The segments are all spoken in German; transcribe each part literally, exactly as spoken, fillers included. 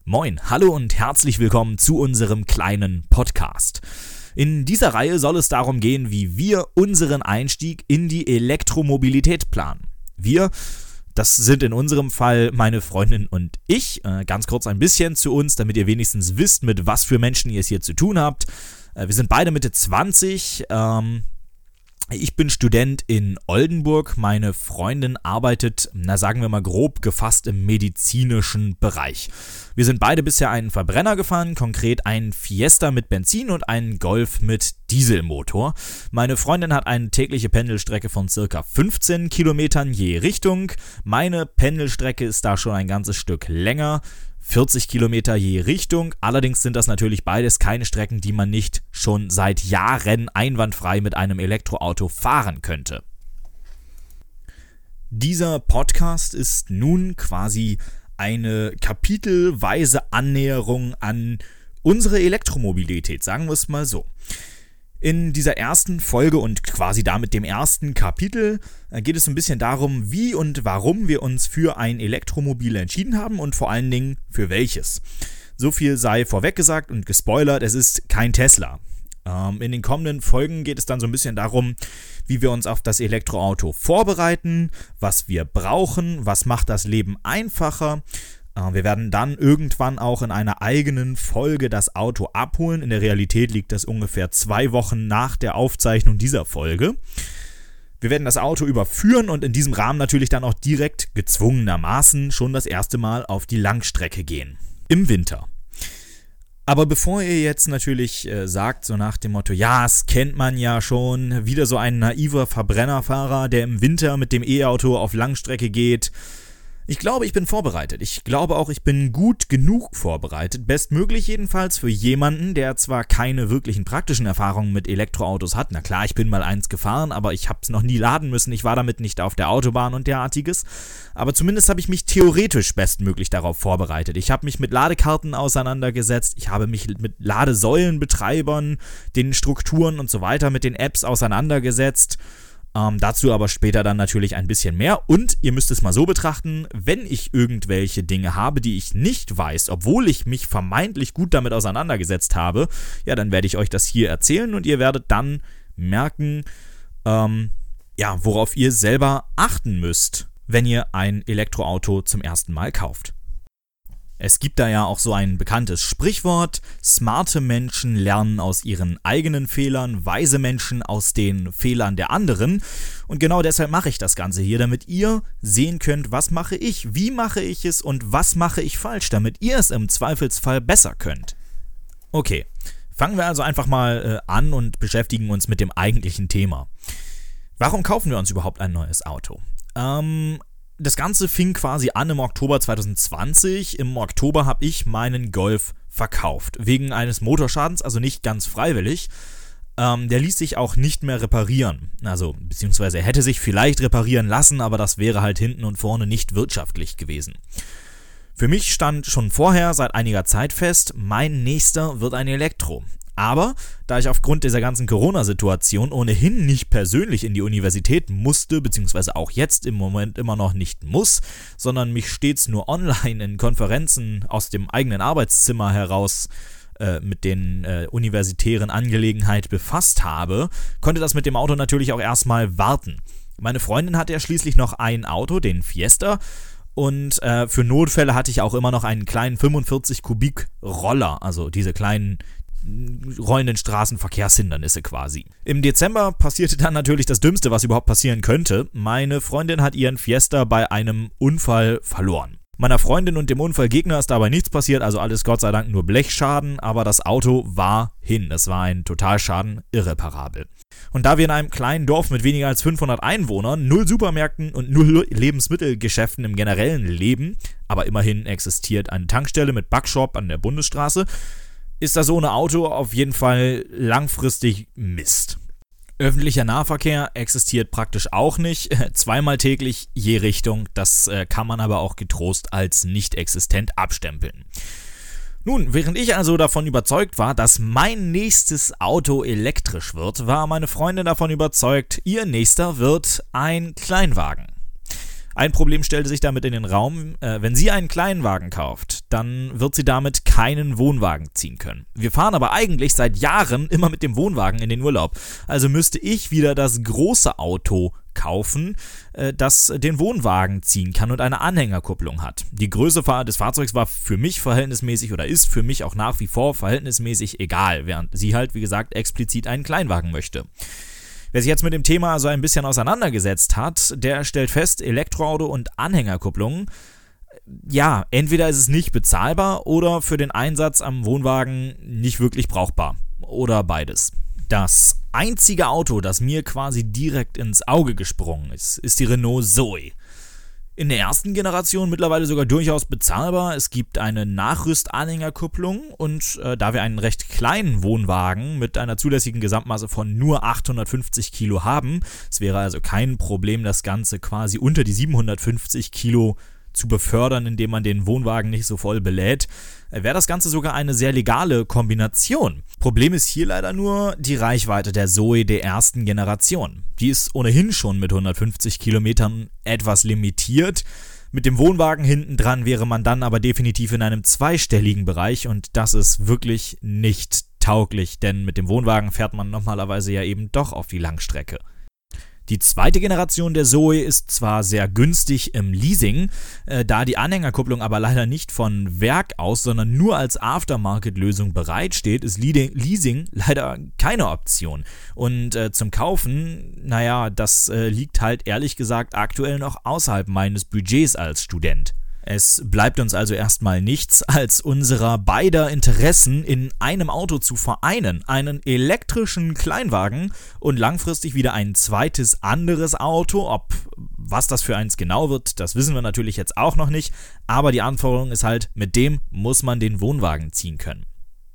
Moin, hallo und herzlich willkommen zu unserem kleinen Podcast. In dieser Reihe soll es darum gehen, wie wir unseren Einstieg in die Elektromobilität planen. Wir, das sind in unserem Fall meine Freundin und ich. Äh, ganz kurz ein bisschen zu uns, damit ihr wenigstens wisst, mit was für Menschen ihr es hier zu tun habt. Äh, wir sind beide Mitte zwanzig. Ähm, Ich bin Student in Oldenburg, meine Freundin arbeitet, na sagen wir mal grob gefasst, im medizinischen Bereich. Wir sind beide bisher einen Verbrenner gefahren, konkret einen Fiesta mit Benzin und einen Golf mit Dieselmotor. Meine Freundin hat eine tägliche Pendelstrecke von circa fünfzehn Kilometern je Richtung. Meine Pendelstrecke ist da schon ein ganzes Stück länger. vierzig Kilometer je Richtung, allerdings sind das natürlich beides keine Strecken, die man nicht schon seit Jahren einwandfrei mit einem Elektroauto fahren könnte. Dieser Podcast ist nun quasi eine kapitelweise Annäherung an unsere Elektromobilität, sagen wir es mal so. In dieser ersten Folge und quasi damit dem ersten Kapitel geht es ein bisschen darum, wie und warum wir uns für ein Elektromobil entschieden haben und vor allen Dingen für welches. So viel sei vorweg gesagt und gespoilert, es ist kein Tesla. Ähm, in den kommenden Folgen geht es dann so ein bisschen darum, wie wir uns auf das Elektroauto vorbereiten, was wir brauchen, was macht das Leben einfacher. Wir werden dann irgendwann auch in einer eigenen Folge das Auto abholen. In der Realität liegt das ungefähr zwei Wochen nach der Aufzeichnung dieser Folge. Wir werden das Auto überführen und in diesem Rahmen natürlich dann auch direkt gezwungenermaßen schon das erste Mal auf die Langstrecke gehen. Im Winter. Aber bevor ihr jetzt natürlich äh, sagt, so nach dem Motto, ja, das kennt man ja schon, wieder so ein naiver Verbrennerfahrer, der im Winter mit dem E-Auto auf Langstrecke geht. Ich glaube, ich bin vorbereitet. Ich glaube auch, ich bin gut genug vorbereitet. Bestmöglich jedenfalls für jemanden, der zwar keine wirklichen praktischen Erfahrungen mit Elektroautos hat. Na klar, ich bin mal eins gefahren, aber ich habe es noch nie laden müssen. Ich war damit nicht auf der Autobahn und derartiges. Aber zumindest habe ich mich theoretisch bestmöglich darauf vorbereitet. Ich habe mich mit Ladekarten auseinandergesetzt. Ich habe mich mit Ladesäulenbetreibern, den Strukturen und so weiter, mit den Apps auseinandergesetzt. Ähm, dazu aber später dann natürlich ein bisschen mehr und ihr müsst es mal so betrachten, wenn ich irgendwelche Dinge habe, die ich nicht weiß, obwohl ich mich vermeintlich gut damit auseinandergesetzt habe, ja, dann werde ich euch das hier erzählen und ihr werdet dann merken, ähm, ja, worauf ihr selber achten müsst, wenn ihr ein Elektroauto zum ersten Mal kauft. Es gibt da ja auch so ein bekanntes Sprichwort, smarte Menschen lernen aus ihren eigenen Fehlern, weise Menschen aus den Fehlern der anderen. Und genau deshalb mache ich das Ganze hier, damit ihr sehen könnt, was mache ich, wie mache ich es und was mache ich falsch, damit ihr es im Zweifelsfall besser könnt. Okay, fangen wir also einfach mal äh, an und beschäftigen uns mit dem eigentlichen Thema. Warum kaufen wir uns überhaupt ein neues Auto? Ähm... Das Ganze fing quasi an im Oktober zwanzig zwanzig. Im Oktober habe ich meinen Golf verkauft. Wegen eines Motorschadens, also nicht ganz freiwillig. Ähm, der ließ sich auch nicht mehr reparieren. Also, beziehungsweise er hätte sich vielleicht reparieren lassen, aber das wäre halt hinten und vorne nicht wirtschaftlich gewesen. Für mich stand schon vorher seit einiger Zeit fest, mein nächster wird ein Elektro. Aber da ich aufgrund dieser ganzen Corona-Situation ohnehin nicht persönlich in die Universität musste, beziehungsweise auch jetzt im Moment immer noch nicht muss, sondern mich stets nur online in Konferenzen aus dem eigenen Arbeitszimmer heraus äh, mit den äh, universitären Angelegenheiten befasst habe, konnte das mit dem Auto natürlich auch erstmal warten. Meine Freundin hatte ja schließlich noch ein Auto, den Fiesta, und äh, für Notfälle hatte ich auch immer noch einen kleinen fünfundvierzig Kubik Roller, also diese kleinen rollenden Straßenverkehrshindernisse quasi. Im Dezember passierte dann natürlich das Dümmste, was überhaupt passieren könnte. Meine Freundin hat ihren Fiesta bei einem Unfall verloren. Meiner Freundin und dem Unfallgegner ist dabei nichts passiert, also alles Gott sei Dank nur Blechschaden, aber das Auto war hin. Es war ein Totalschaden, irreparabel. Und da wir in einem kleinen Dorf mit weniger als fünfhundert Einwohnern, null Supermärkten und null Lebensmittelgeschäften im generellen leben, aber immerhin existiert eine Tankstelle mit Backshop an der Bundesstraße, ist das ohne Auto auf jeden Fall langfristig Mist. Öffentlicher Nahverkehr existiert praktisch auch nicht, zweimal täglich je Richtung, das äh, kann man aber auch getrost als nicht existent abstempeln. Nun, während ich also davon überzeugt war, dass mein nächstes Auto elektrisch wird, war meine Freundin davon überzeugt, ihr nächster wird ein Kleinwagen. Ein Problem stellte sich damit in den Raum, äh, wenn sie einen Kleinwagen kauft, dann wird sie damit keinen Wohnwagen ziehen können. Wir fahren aber eigentlich seit Jahren immer mit dem Wohnwagen in den Urlaub. Also müsste ich wieder das große Auto kaufen, das den Wohnwagen ziehen kann und eine Anhängerkupplung hat. Die Größe des Fahrzeugs war für mich verhältnismäßig oder ist für mich auch nach wie vor verhältnismäßig egal, während sie halt, wie gesagt, explizit einen Kleinwagen möchte. Wer sich jetzt mit dem Thema also ein bisschen auseinandergesetzt hat, der stellt fest, Elektroauto und Anhängerkupplung, ja, entweder ist es nicht bezahlbar oder für den Einsatz am Wohnwagen nicht wirklich brauchbar. Oder beides. Das einzige Auto, das mir quasi direkt ins Auge gesprungen ist, ist die Renault Zoe. In der ersten Generation mittlerweile sogar durchaus bezahlbar. Es gibt eine Nachrüstanhängerkupplung und äh, da wir einen recht kleinen Wohnwagen mit einer zulässigen Gesamtmasse von nur achthundertfünfzig Kilo haben, es wäre also kein Problem, das Ganze quasi unter die siebenhundertfünfzig Kilo zu befördern, indem man den Wohnwagen nicht so voll belädt, wäre das Ganze sogar eine sehr legale Kombination. Problem ist hier leider nur die Reichweite der Zoe der ersten Generation. Die ist ohnehin schon mit hundertfünfzig Kilometern etwas limitiert. Mit dem Wohnwagen hinten dran wäre man dann aber definitiv in einem zweistelligen Bereich und das ist wirklich nicht tauglich, denn mit dem Wohnwagen fährt man normalerweise ja eben doch auf die Langstrecke. Die zweite Generation der Zoe ist zwar sehr günstig im Leasing, äh, da die Anhängerkupplung aber leider nicht von Werk aus, sondern nur als Aftermarket-Lösung bereitsteht, ist Leasing leider keine Option. Und äh, zum Kaufen, naja, das äh, liegt halt ehrlich gesagt aktuell noch außerhalb meines Budgets als Student. Es bleibt uns also erstmal nichts, als unserer beider Interessen in einem Auto zu vereinen. Einen elektrischen Kleinwagen und langfristig wieder ein zweites anderes Auto. Ob was das für eins genau wird, das wissen wir natürlich jetzt auch noch nicht. Aber die Anforderung ist halt, mit dem muss man den Wohnwagen ziehen können.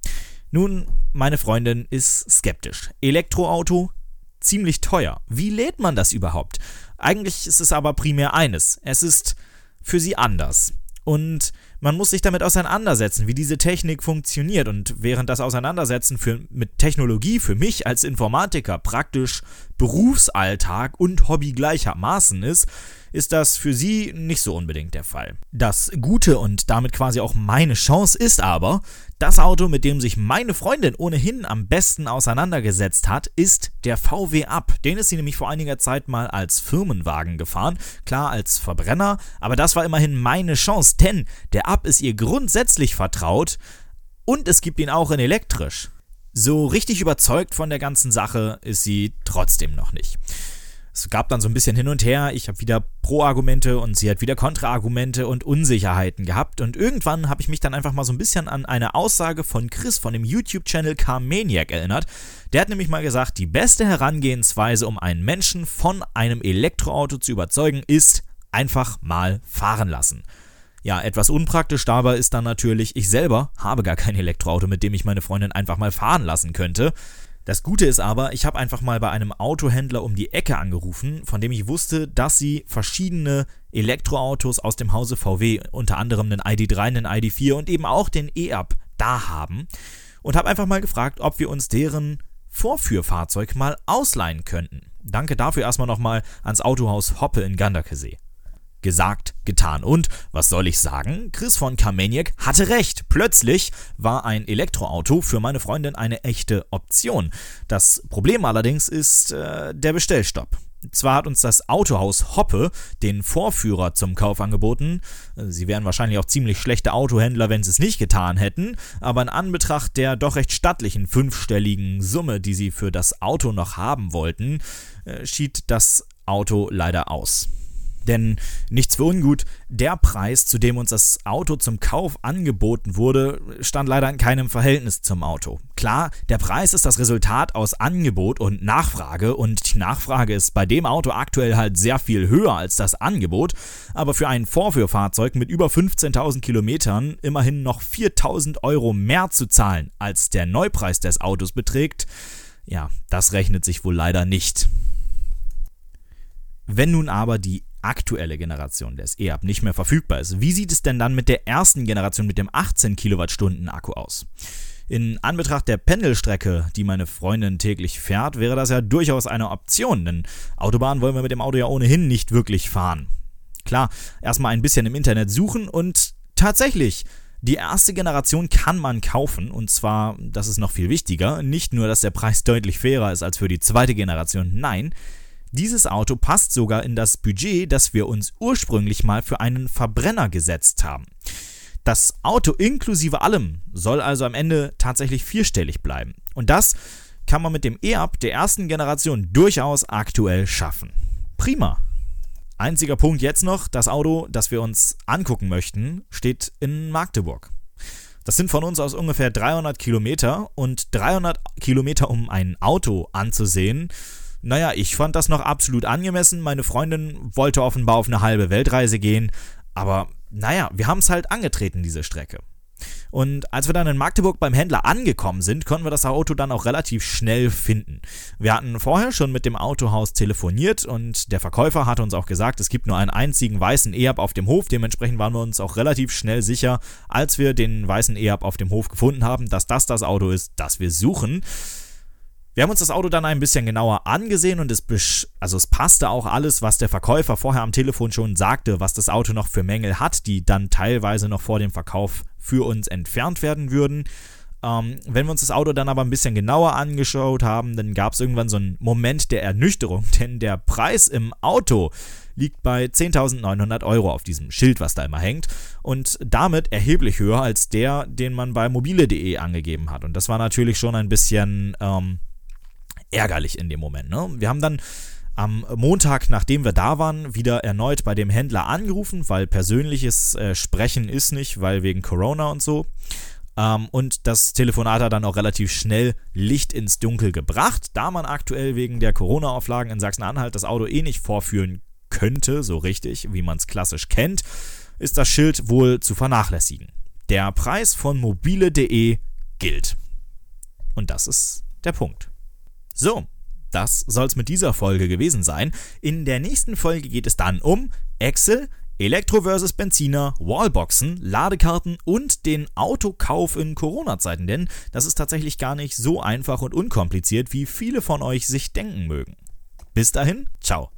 Nun, meine Freundin ist skeptisch. Elektroauto, ziemlich teuer. Wie lädt man das überhaupt? Eigentlich ist es aber primär eines. Es ist für sie anders. Und man muss sich damit auseinandersetzen, wie diese Technik funktioniert. Und während das Auseinandersetzen für, mit Technologie für mich als Informatiker praktisch Berufsalltag und Hobby gleichermaßen ist, ist das für sie nicht so unbedingt der Fall. Das Gute und damit quasi auch meine Chance ist aber, das Auto, mit dem sich meine Freundin ohnehin am besten auseinandergesetzt hat, ist der V W Up. Den ist sie nämlich vor einiger Zeit mal als Firmenwagen gefahren, klar als Verbrenner, aber das war immerhin meine Chance, denn der Up ist ihr grundsätzlich vertraut und es gibt ihn auch in elektrisch. So richtig überzeugt von der ganzen Sache ist sie trotzdem noch nicht. Es gab dann so ein bisschen hin und her, ich habe wieder Pro-Argumente und sie hat wieder Kontra-Argumente und Unsicherheiten gehabt und irgendwann habe ich mich dann einfach mal so ein bisschen an eine Aussage von Chris von dem YouTube-Channel Carmaniac erinnert. Der hat nämlich mal gesagt, die beste Herangehensweise, um einen Menschen von einem Elektroauto zu überzeugen, ist einfach mal fahren lassen. Ja, etwas unpraktisch dabei ist dann natürlich, ich selber habe gar kein Elektroauto, mit dem ich meine Freundin einfach mal fahren lassen könnte. Das Gute ist aber, ich habe einfach mal bei einem Autohändler um die Ecke angerufen, von dem ich wusste, dass sie verschiedene Elektroautos aus dem Hause V W, unter anderem den I D drei, den I D vier und eben auch den E-Up da haben und habe einfach mal gefragt, ob wir uns deren Vorführfahrzeug mal ausleihen könnten. Danke dafür erstmal nochmal ans Autohaus Hoppe in Ganderkesee. Gesagt, getan. Und, was soll ich sagen? Chris von Carmaniac hatte recht. Plötzlich war ein Elektroauto für meine Freundin eine echte Option. Das Problem allerdings ist äh, der Bestellstopp. Zwar hat uns das Autohaus Hoppe den Vorführer zum Kauf angeboten. Sie wären wahrscheinlich auch ziemlich schlechte Autohändler, wenn sie es nicht getan hätten. Aber in Anbetracht der doch recht stattlichen fünfstelligen Summe, die sie für das Auto noch haben wollten, äh, schied das Auto leider aus. Denn nichts für ungut, der Preis, zu dem uns das Auto zum Kauf angeboten wurde, stand leider in keinem Verhältnis zum Auto. Klar, der Preis ist das Resultat aus Angebot und Nachfrage und die Nachfrage ist bei dem Auto aktuell halt sehr viel höher als das Angebot, aber für ein Vorführfahrzeug mit über fünfzehntausend Kilometern immerhin noch viertausend Euro mehr zu zahlen, als der Neupreis des Autos beträgt, ja, das rechnet sich wohl leider nicht. Wenn nun aber die aktuelle Generation des E-Up nicht mehr verfügbar ist, wie sieht es denn dann mit der ersten Generation mit dem achtzehn Kilowattstunden Akku aus? In Anbetracht der Pendelstrecke, die meine Freundin täglich fährt, wäre das ja durchaus eine Option, denn Autobahn wollen wir mit dem Auto ja ohnehin nicht wirklich fahren. Klar, erstmal ein bisschen im Internet suchen und tatsächlich, Die erste Generation kann man kaufen und zwar, das ist noch viel wichtiger, nicht nur, dass der Preis deutlich fairer ist als für die zweite Generation, nein, dieses Auto passt sogar in das Budget, das wir uns ursprünglich mal für einen Verbrenner gesetzt haben. Das Auto inklusive allem soll also am Ende tatsächlich vierstellig bleiben und das kann man mit dem E-Up der ersten Generation durchaus aktuell schaffen. Prima! Einziger Punkt jetzt noch, das Auto, das wir uns angucken möchten, steht in Magdeburg. Das sind von uns aus ungefähr dreihundert Kilometer und dreihundert Kilometer, um ein Auto anzusehen. Naja, ich fand das noch absolut angemessen. Meine Freundin wollte offenbar auf eine halbe Weltreise gehen, aber naja, wir haben es halt angetreten, diese Strecke. Und als wir dann in Magdeburg beim Händler angekommen sind, konnten wir das Auto dann auch relativ schnell finden. Wir hatten vorher schon mit dem Autohaus telefoniert und der Verkäufer hatte uns auch gesagt, es gibt nur einen einzigen weißen E-Up auf dem Hof. Dementsprechend waren wir uns auch relativ schnell sicher, als wir den weißen E-Up auf dem Hof gefunden haben, dass das das Auto ist, das wir suchen. Wir haben uns das Auto dann ein bisschen genauer angesehen und es, besch- also es passte auch alles, was der Verkäufer vorher am Telefon schon sagte, was das Auto noch für Mängel hat, die dann teilweise noch vor dem Verkauf für uns entfernt werden würden. Ähm, wenn wir uns das Auto dann aber ein bisschen genauer angeschaut haben, dann gab es irgendwann so einen Moment der Ernüchterung, denn der Preis im Auto liegt bei zehntausendneunhundert Euro auf diesem Schild, was da immer hängt und damit erheblich höher als der, den man bei mobile punkt de angegeben hat. Und das war natürlich schon ein bisschen ähm, ärgerlich in dem Moment. Ne? Wir haben dann am Montag, nachdem wir da waren, wieder erneut bei dem Händler angerufen, weil persönliches äh, Sprechen ist nicht, weil wegen Corona und so. Ähm, und das Telefonat hat dann auch relativ schnell Licht ins Dunkel gebracht, da man aktuell wegen der Corona-Auflagen in Sachsen-Anhalt das Auto eh nicht vorführen könnte, so richtig, wie man es klassisch kennt, ist das Schild wohl zu vernachlässigen. Der Preis von mobile punkt de gilt. Und das ist der Punkt. So, das soll es mit dieser Folge gewesen sein. In der nächsten Folge geht es dann um Excel, Elektro versus Benziner, Wallboxen, Ladekarten und den Autokauf in Corona-Zeiten, denn das ist tatsächlich gar nicht so einfach und unkompliziert, wie viele von euch sich denken mögen. Bis dahin, ciao.